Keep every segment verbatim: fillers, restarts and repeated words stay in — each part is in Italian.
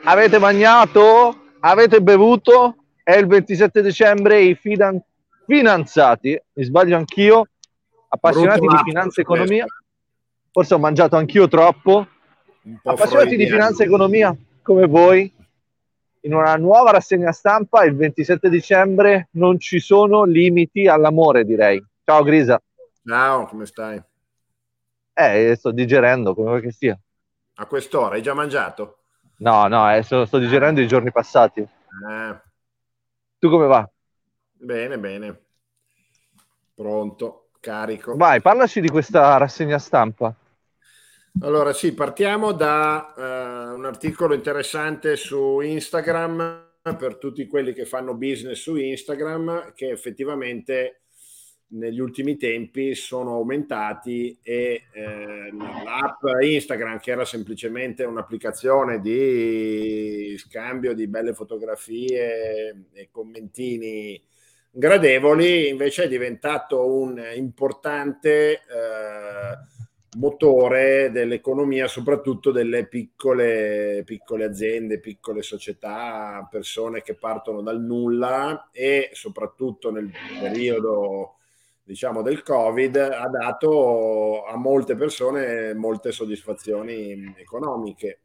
Avete mangiato? Avete bevuto? È il ventisette dicembre i fidan- finanziati, mi sbaglio anch'io, Brutto appassionati di finanza lapsus e economia, questo. forse ho mangiato anch'io troppo, Un po' appassionati di freudiano. finanza e economia come voi, in una nuova rassegna stampa il ventisette dicembre non ci sono limiti all'amore, direi. Ciao Grisa. Ciao, come stai? Eh, sto digerendo, come vuoi che sia. A quest'ora hai già mangiato? No, no, eh, sto, sto digerendo i giorni passati. Eh, Tu come va? bene, bene. Pronto, carico. Vai, parlaci di questa rassegna stampa. Allora, sì, partiamo da eh, un articolo interessante su Instagram per tutti quelli che fanno business su Instagram, che effettivamente negli ultimi tempi sono aumentati e eh, l'app Instagram, che era semplicemente un'applicazione di scambio di belle fotografie e commentini gradevoli, invece è diventato un importante eh, motore dell'economia, soprattutto delle piccole, piccole aziende, piccole società, persone che partono dal nulla, e soprattutto nel periodo, diciamo, del Covid ha dato a molte persone molte soddisfazioni economiche.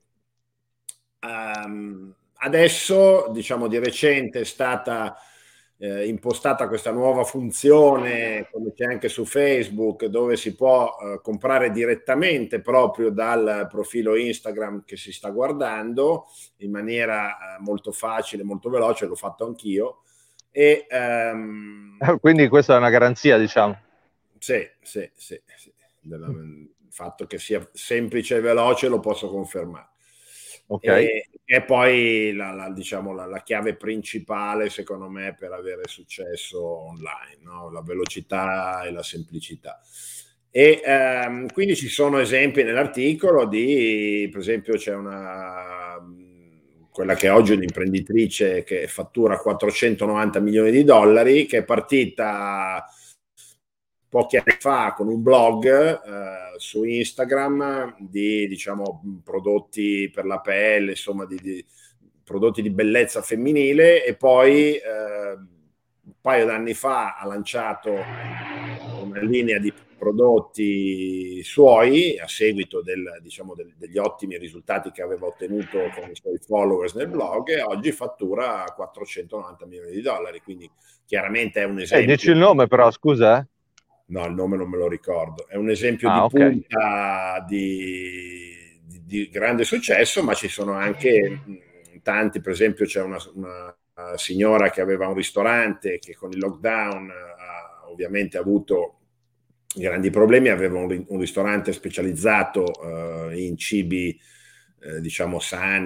Um, adesso, diciamo, di recente è stata eh, impostata questa nuova funzione, come c'è anche su Facebook, dove si può eh, comprare direttamente proprio dal profilo Instagram che si sta guardando in maniera eh, molto facile, molto veloce. L'ho fatto anch'io. E um, Quindi questa è una garanzia, diciamo. sì, sì, sì, sì. Della, il fatto che sia semplice e veloce lo posso confermare. Ok. E, e poi la, la, diciamo, la, la chiave principale, secondo me, per avere successo online, no? La velocità e la semplicità. E ehm, quindi ci sono esempi nell'articolo di, per esempio, c'è una, quella che oggi è un'imprenditrice che fattura quattrocentonovanta milioni di dollari, che è partita pochi anni fa con un blog eh, su Instagram di, diciamo, prodotti per la pelle, insomma, di, di prodotti di bellezza femminile, e poi eh, un paio d'anni fa ha lanciato una linea di prodotti suoi a seguito del, diciamo, del, degli ottimi risultati che aveva ottenuto con i suoi followers nel blog, e oggi fattura quattrocentonovanta milioni di dollari. Quindi chiaramente è un Eh, dici esempio. il nome però, scusa, eh? No, il nome non me lo ricordo. È un esempio Ah, di ok. punta di, di, di grande successo, ma ci sono anche mh, tanti. Per esempio, c'è una, una signora che aveva un ristorante che con il lockdown ha ovviamente avuto grandi problemi. Aveva un, un ristorante specializzato eh, in cibi, eh, diciamo,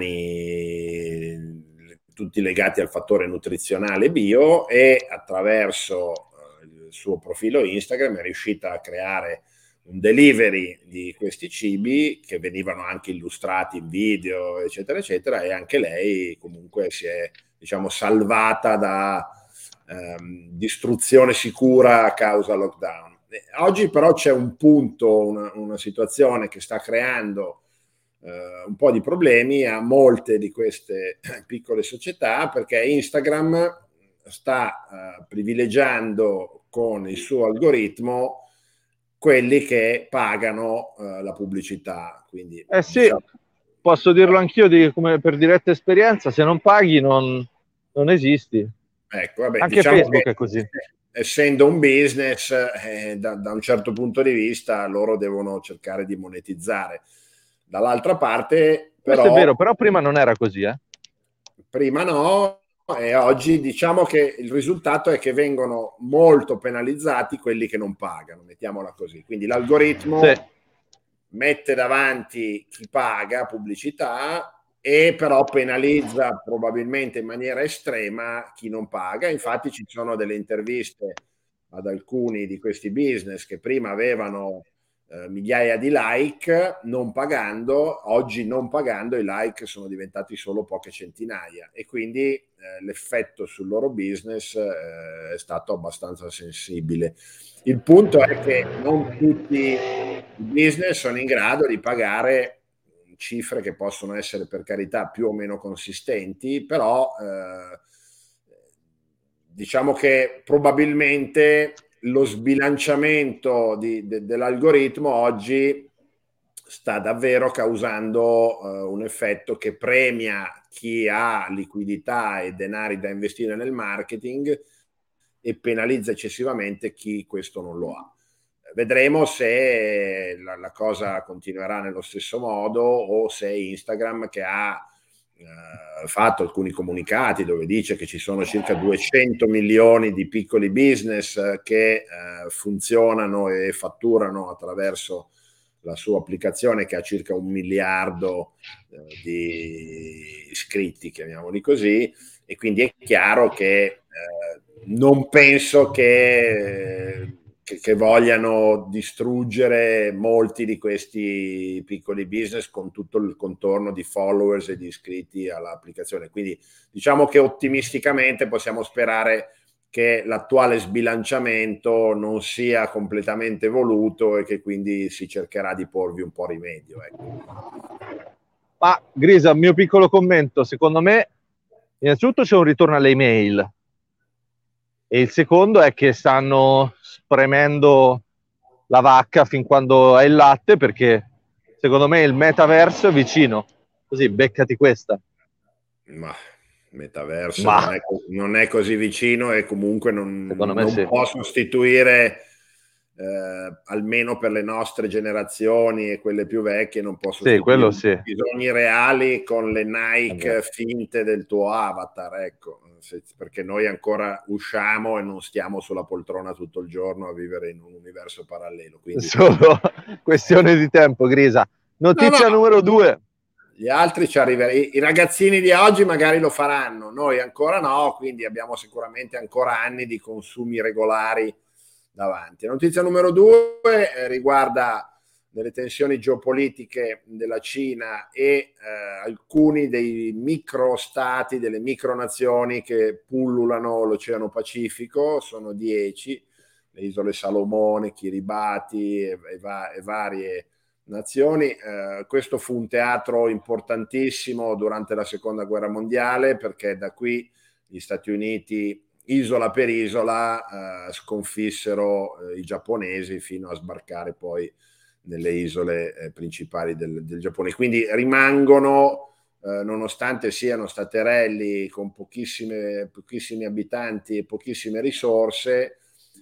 sani, tutti legati al fattore nutrizionale bio, e attraverso il suo profilo Instagram è riuscita a creare un delivery di questi cibi che venivano anche illustrati in video, eccetera, eccetera, e anche lei comunque si è, diciamo, salvata da ehm, distruzione sicura a causa lockdown. Oggi però c'è un punto, una, una situazione che sta creando Uh, un po' di problemi a molte di queste piccole società, perché Instagram sta uh, privilegiando con il suo algoritmo quelli che pagano uh, la pubblicità. Quindi, Eh sì, diciamo, posso dirlo anch'io di, come per diretta esperienza, se non paghi non, non esisti. ecco, vabbè, Anche diciamo Facebook che è così. essendo un business, eh, da, da un certo punto di vista, loro devono cercare di monetizzare. Dall'altra parte, Questo è però, vero, però prima non era così, eh? prima no, e oggi diciamo che il risultato è che vengono molto penalizzati quelli che non pagano, mettiamola così. Quindi Sì. l'algoritmo mette davanti chi paga pubblicità, e però penalizza probabilmente in maniera estrema chi non paga. Infatti ci sono delle interviste ad alcuni di questi business che prima avevano eh, migliaia di like non pagando. Oggi, non pagando, i like sono diventati solo poche centinaia, e quindi eh, l'effetto sul loro business eh, è stato abbastanza sensibile. Il punto è che non tutti i business sono in grado di pagare cifre che possono essere per carità più o meno consistenti, però eh, diciamo che probabilmente lo sbilanciamento di, de, dell'algoritmo oggi sta davvero causando uh, un effetto che premia chi ha liquidità e denari da investire nel marketing e penalizza eccessivamente chi questo non lo ha. Vedremo se la, la cosa continuerà nello stesso modo o se Instagram, che ha Uh, fatto alcuni comunicati dove dice che ci sono circa duecento milioni di piccoli business che uh, funzionano e fatturano attraverso la sua applicazione, che ha circa un miliardo uh, di iscritti, chiamiamoli così, e quindi è chiaro che uh, non penso che Che, che vogliano distruggere molti di questi piccoli business con tutto il contorno di followers e di iscritti all'applicazione. Quindi diciamo che ottimisticamente possiamo sperare che l'attuale sbilanciamento non sia completamente voluto e che quindi si cercherà di porvi un po' rimedio. Ecco. Ma Grisa, un mio piccolo commento, secondo me innanzitutto c'è un ritorno alle email e il secondo è che stanno spremendo la vacca fin quando è il latte, perché secondo me il metaverso è vicino, così beccati questa. Ma metaverso Ma non, è, non è così vicino e comunque non, non sì. può sostituire eh, almeno per le nostre generazioni e quelle più vecchie non può sostituire sì, sì. bisogni reali con le Nike finte del tuo avatar, ecco, se, perché noi ancora usciamo e non stiamo sulla poltrona tutto il giorno a vivere in un universo parallelo, quindi solo questione di tempo. Grisa, notizia no, no. numero due. Gli altri ci arriveranno, I, i ragazzini di oggi magari lo faranno, noi ancora no, quindi abbiamo sicuramente ancora anni di consumi regolari davanti. La notizia numero due eh, riguarda delle tensioni geopolitiche della Cina e eh, alcuni dei microstati, delle micronazioni che pullulano l'Oceano Pacifico, sono dieci, le isole Salomone, Kiribati e, e, va, e varie nazioni. Eh, questo fu un teatro importantissimo durante la seconda guerra mondiale, perché da qui gli Stati Uniti, isola per isola, eh, sconfissero eh, i giapponesi fino a sbarcare poi nelle isole eh, principali del, del Giappone. Quindi rimangono, eh, nonostante siano staterelli con pochissime, pochissimi abitanti e pochissime risorse,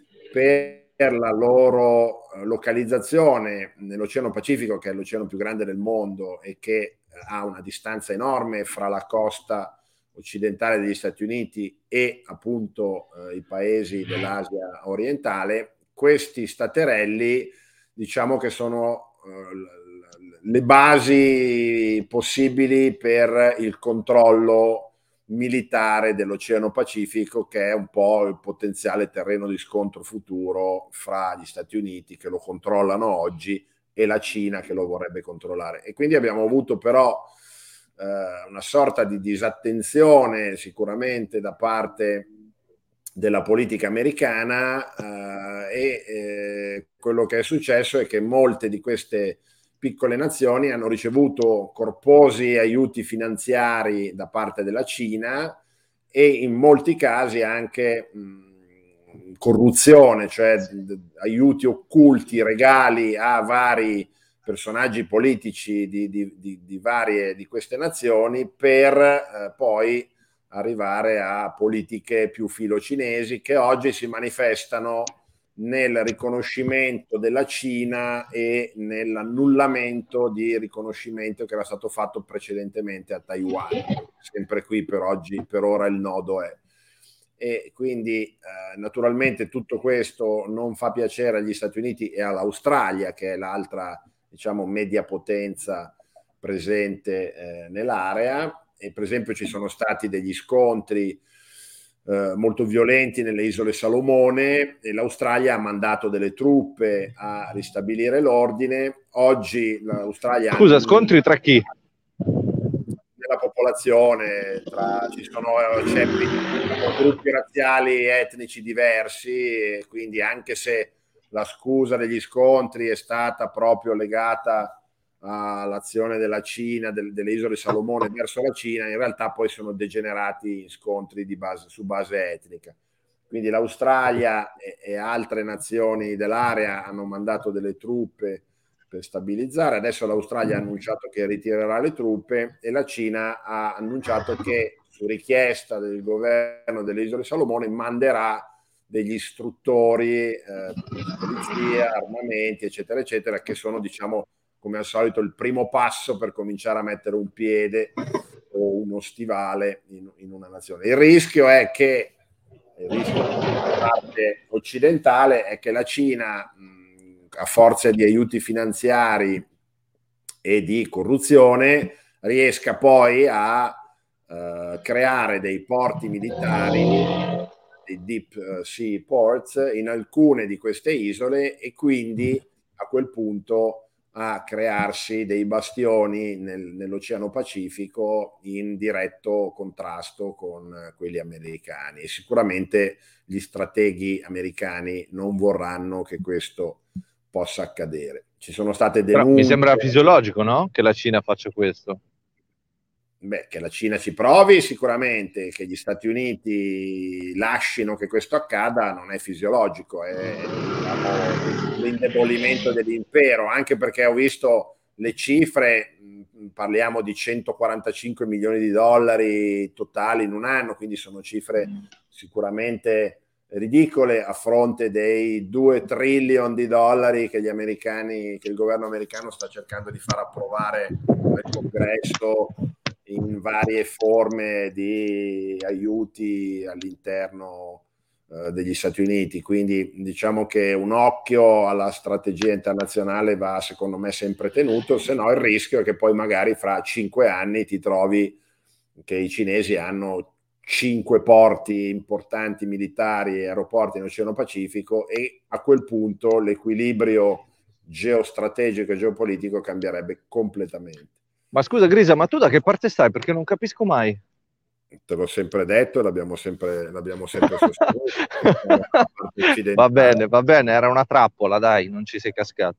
per la loro localizzazione nell'Oceano Pacifico, che è l'oceano più grande del mondo e che ha una distanza enorme fra la costa occidentale degli Stati Uniti e appunto eh, i paesi dell'Asia orientale, questi staterelli diciamo che sono eh, le basi possibili per il controllo militare dell'Oceano Pacifico, che è un po' il potenziale terreno di scontro futuro fra gli Stati Uniti, che lo controllano oggi, e la Cina, che lo vorrebbe controllare. E quindi abbiamo avuto però eh, una sorta di disattenzione sicuramente da parte della politica americana eh, e eh, quello che è successo è che molte di queste piccole nazioni hanno ricevuto corposi aiuti finanziari da parte della Cina e in molti casi anche mh, corruzione, cioè d- aiuti occulti, regali a vari personaggi politici di, di, di, di varie di queste nazioni per eh, poi arrivare a politiche più filocinesi che oggi si manifestano nel riconoscimento della Cina e nell'annullamento di riconoscimento che era stato fatto precedentemente a Taiwan. Sempre qui per oggi, per ora il nodo è. E quindi eh, naturalmente tutto questo non fa piacere agli Stati Uniti e all'Australia, che è l'altra, diciamo, media potenza presente eh, nell'area. E per esempio ci sono stati degli scontri eh, molto violenti nelle isole Salomone e l'Australia ha mandato delle truppe a ristabilire l'ordine. Oggi l'Australia... Scusa, scontri tra chi? Nella popolazione, tra, ci sono c'è, gruppi razziali etnici diversi, e quindi anche se la scusa degli scontri è stata proprio legata all'azione della Cina, del, delle isole Salomone verso la Cina, in realtà poi sono degenerati in scontri di base, su base etnica. Quindi l'Australia e, e altre nazioni dell'area hanno mandato delle truppe per stabilizzare. Adesso l'Australia ha annunciato che ritirerà le truppe e la Cina ha annunciato che su richiesta del governo delle isole Salomone manderà degli istruttori, eh, polizia, armamenti, eccetera, eccetera, che sono, diciamo, come al solito, il primo passo per cominciare a mettere un piede o uno stivale in, in una nazione. Il rischio è che, il rischio della parte occidentale è che la Cina, mh, a forza di aiuti finanziari e di corruzione, riesca poi a uh, creare dei porti militari, dei deep sea ports, in alcune di queste isole, e quindi a quel punto a crearsi dei bastioni nel, nell'Oceano Pacifico in diretto contrasto con quelli americani. E sicuramente gli strateghi americani non vorranno che questo possa accadere. Ci sono state denunce. Però mi sembra fisiologico, no? Che la Cina faccia questo. Beh, che la Cina ci provi sicuramente, che gli Stati Uniti lasciino che questo accada non è fisiologico, è, diciamo, l'indebolimento dell'impero, anche perché ho visto le cifre, parliamo di centoquarantacinque milioni di dollari totali in un anno, quindi sono cifre sicuramente ridicole a fronte dei due trillion di dollari che gli americani, che il governo americano sta cercando di far approvare al Congresso in varie forme di aiuti all'interno eh, degli Stati Uniti. Quindi diciamo che un occhio alla strategia internazionale va, secondo me, sempre tenuto, se no il rischio è che poi magari fra cinque anni ti trovi che i cinesi hanno cinque porti importanti militari e aeroporti in Oceano Pacifico, e a quel punto l'equilibrio geostrategico e geopolitico cambierebbe completamente. Ma scusa Grisa, ma tu da che parte stai? Perché non capisco mai. Te l'ho sempre detto, l'abbiamo sempre, l'abbiamo sempre sostenuto. Va bene, va bene, era una trappola, dai, non ci sei cascato.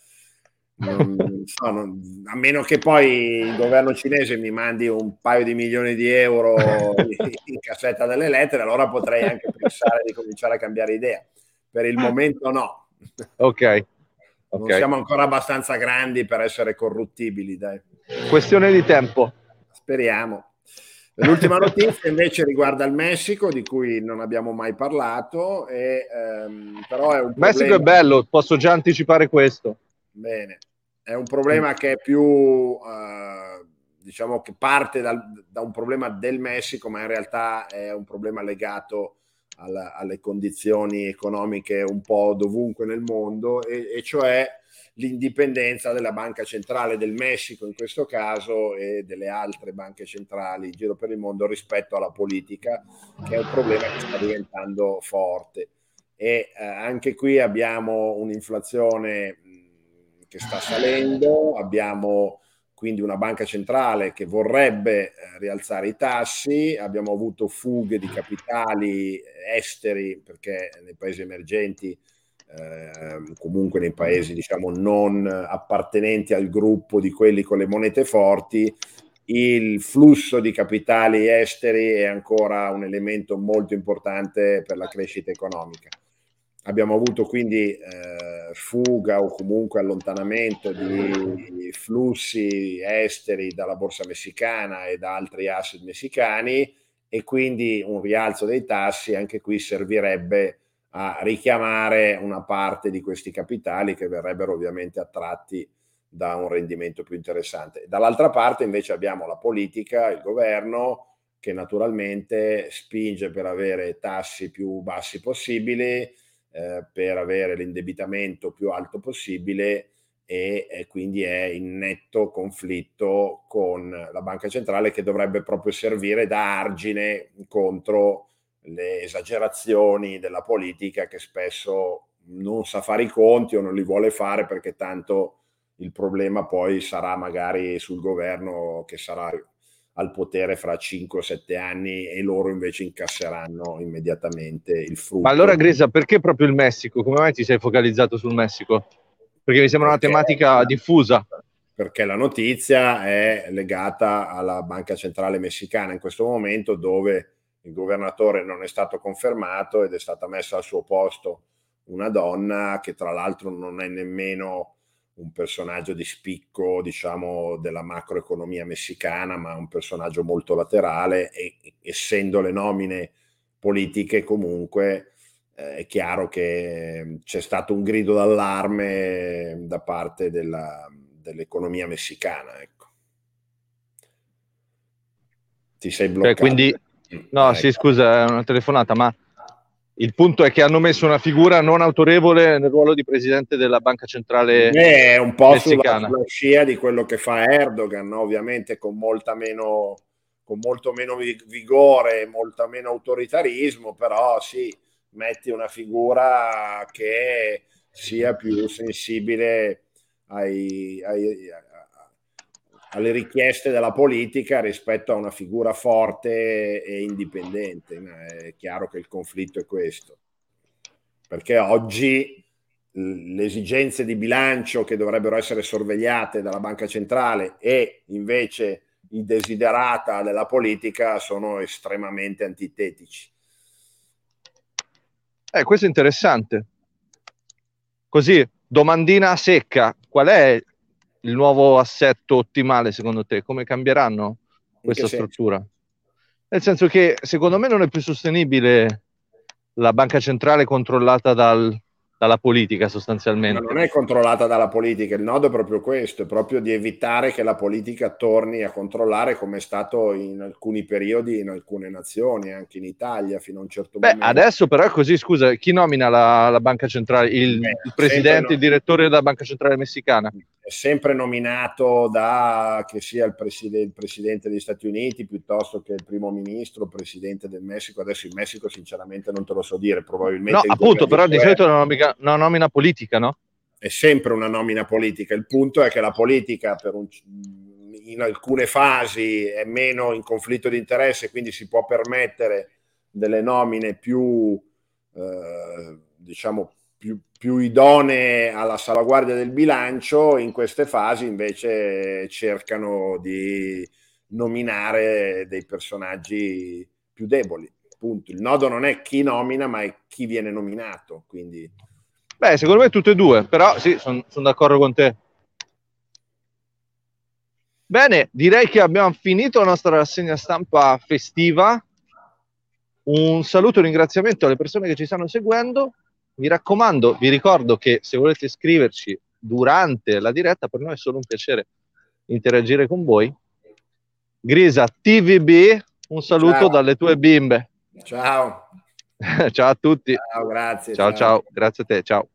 Non, so, non, a meno che poi il governo cinese mi mandi un paio di milioni di euro in, in cassetta delle lettere, allora potrei anche pensare di cominciare a cambiare idea. Per il momento no. Ok. Non okay. siamo ancora abbastanza grandi per essere corruttibili, dai. Questione di tempo. Speriamo. L'ultima notizia invece riguarda il Messico, di cui non abbiamo mai parlato, e, ehm, però è un problema... Messico è bello, posso già anticipare questo. Bene, è un problema che è più, uh, diciamo che parte dal, da un problema del Messico, ma in realtà è un problema legato alla, alle condizioni economiche un po' dovunque nel mondo, e, e cioè l'indipendenza della banca centrale del Messico in questo caso e delle altre banche centrali in giro per il mondo rispetto alla politica, che è un problema che sta diventando forte. E eh, anche qui abbiamo un'inflazione che sta salendo, abbiamo quindi una banca centrale che vorrebbe eh, rialzare i tassi, abbiamo avuto fughe di capitali esteri perché nei paesi emergenti, eh, comunque nei paesi diciamo non appartenenti al gruppo di quelli con le monete forti, il flusso di capitali esteri è ancora un elemento molto importante per la crescita economica. Abbiamo avuto quindi eh, fuga o comunque allontanamento di flussi esteri dalla borsa messicana e da altri asset messicani, e quindi un rialzo dei tassi anche qui servirebbe a richiamare una parte di questi capitali che verrebbero ovviamente attratti da un rendimento più interessante. Dall'altra parte invece abbiamo la politica, il governo, che naturalmente spinge per avere tassi più bassi possibili, Eh, per avere l'indebitamento più alto possibile, e, e quindi è in netto conflitto con la banca centrale, che dovrebbe proprio servire da argine contro le esagerazioni della politica, che spesso non sa fare i conti o non li vuole fare perché tanto il problema poi sarà magari sul governo che sarà al potere fra cinque o sette anni e loro invece incasseranno immediatamente il frutto. Ma allora Grisa, perché proprio il Messico? Come mai ti sei focalizzato sul Messico? Perché mi sembra perché una tematica diffusa. perché la notizia è legata alla Banca Centrale Messicana in questo momento, dove il governatore non è stato confermato ed è stata messa al suo posto una donna che tra l'altro non è nemmeno un personaggio di spicco, diciamo, della macroeconomia messicana, ma un personaggio molto laterale, e essendo le nomine politiche comunque eh, è chiaro che c'è stato un grido d'allarme da parte della, dell'economia messicana, ecco. Ti sei bloccato? Cioè, quindi, no, eh, sì, ecco. Scusa, è una telefonata, ma il punto è che hanno messo una figura non autorevole nel ruolo di presidente della Banca Centrale Beh, è un po' messicana. sulla, sulla scia di quello che fa Erdogan, no? Ovviamente con molta meno, con molto meno vigore, molto meno autoritarismo, però sì, metti una figura che sia più sensibile ai, ai, alle richieste della politica rispetto a una figura forte e indipendente. È chiaro che il conflitto è questo, perché oggi le esigenze di bilancio che dovrebbero essere sorvegliate dalla Banca Centrale e invece i desiderata della politica sono estremamente antitetici. Eh, questo è interessante. Così, domandina secca, qual è il nuovo assetto ottimale secondo te? Come cambieranno questa struttura? Nel senso che secondo me non è più sostenibile la banca centrale controllata dal, dalla politica sostanzialmente. Ma non è controllata dalla politica, il nodo è proprio questo, è proprio di evitare che la politica torni a controllare, come è stato in alcuni periodi in alcune nazioni, anche in Italia fino a un certo Beh, momento. adesso però è così, scusa, chi nomina la, la banca centrale? Il, Beh, il presidente, il direttore della banca centrale messicana? È sempre nominato da, che sia il, preside, il presidente degli Stati Uniti piuttosto che il primo ministro, il presidente del Messico. Adesso in Messico sinceramente non te lo so dire, probabilmente. No, appunto, però di solito è una nomina, una nomina politica, no? È sempre una nomina politica. Il punto è che la politica per un, in alcune fasi è meno in conflitto di interesse, quindi si può permettere delle nomine più, eh, diciamo, più, più idonee alla salvaguardia del bilancio. In queste fasi invece cercano di nominare dei personaggi più deboli. Punto. Il nodo non è chi nomina, ma è chi viene nominato. Quindi... Beh, secondo me tutte e due, però sì, sono son d'accordo con te. Bene, direi che abbiamo finito la nostra rassegna stampa festiva. Un saluto e un ringraziamento alle persone che ci stanno seguendo. Mi raccomando, vi ricordo che se volete scriverci durante la diretta, per noi è solo un piacere interagire con voi. Grisa T V B, un saluto ciao. Dalle tue bimbe. Ciao. Ciao a tutti. Ciao, grazie. Ciao, ciao, ciao. Grazie a te, ciao.